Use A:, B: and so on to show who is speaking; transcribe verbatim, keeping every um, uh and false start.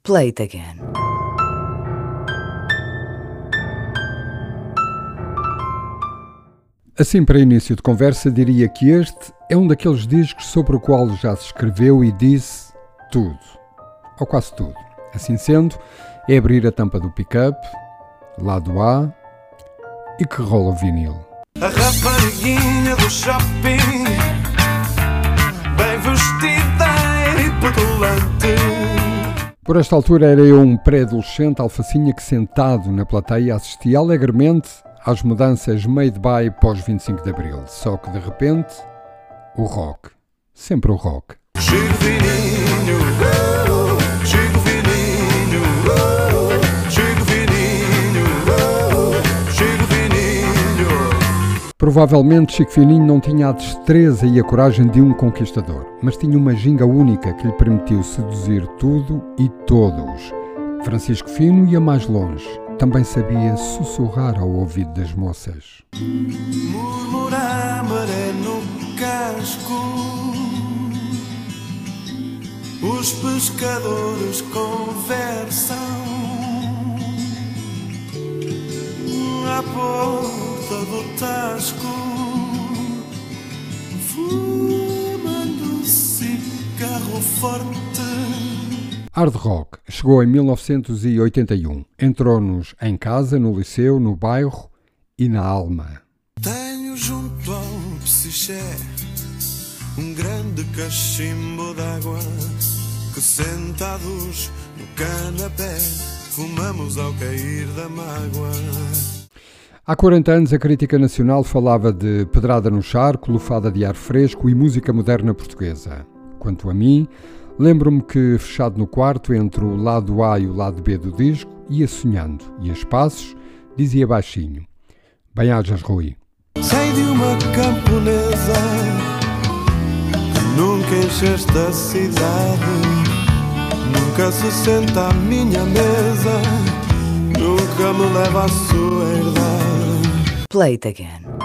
A: Play it again.
B: Assim, para início de conversa, diria que este é um daqueles discos sobre o qual já se escreveu e disse tudo, ou quase tudo. Assim sendo, é abrir a tampa do pick-up, lado A, e que rola o vinil.
C: A rapariguinha do shopping, bem vestida e petulante.
B: Por esta altura era eu um pré-adolescente alfacinha que, sentado na plateia, assistia alegremente às mudanças made by pós vinte e cinco de Abril. Só que de repente, o rock. Sempre o rock.
C: Chico Fininho, oh, Chico Fininho, oh, Chico Fininho, oh, Chico Fininho.
B: Provavelmente Chico Fininho não tinha a destreza e a coragem de um conquistador, mas tinha uma ginga única que lhe permitiu seduzir tudo e todos. Francisco Fino ia mais longe. Também sabia sussurrar ao ouvido das moças.
C: Murmurar a maré no casco, os pescadores conversam à porta do tasco, fumando cigarro forte.
B: Hard rock chegou em mil novecentos e oitenta e um. Entrou-nos em casa, no liceu, no bairro e na alma.
C: Tenho junto ao psiché um grande cachimbo d'água que, sentados no canapé, fumamos ao cair da mágoa.
B: Há quarenta anos a crítica nacional falava de pedrada no charco, lufada de ar fresco e música moderna portuguesa. Quanto a mim, lembro-me que, fechado no quarto entre o lado A e o lado B do disco, ia sonhando e a espaços dizia baixinho: bem-ajas, Rui.
C: Sei de uma camponesa que nunca enche esta cidade, nunca se senta à minha mesa, nunca me leva à sua herdade.
A: Play it again.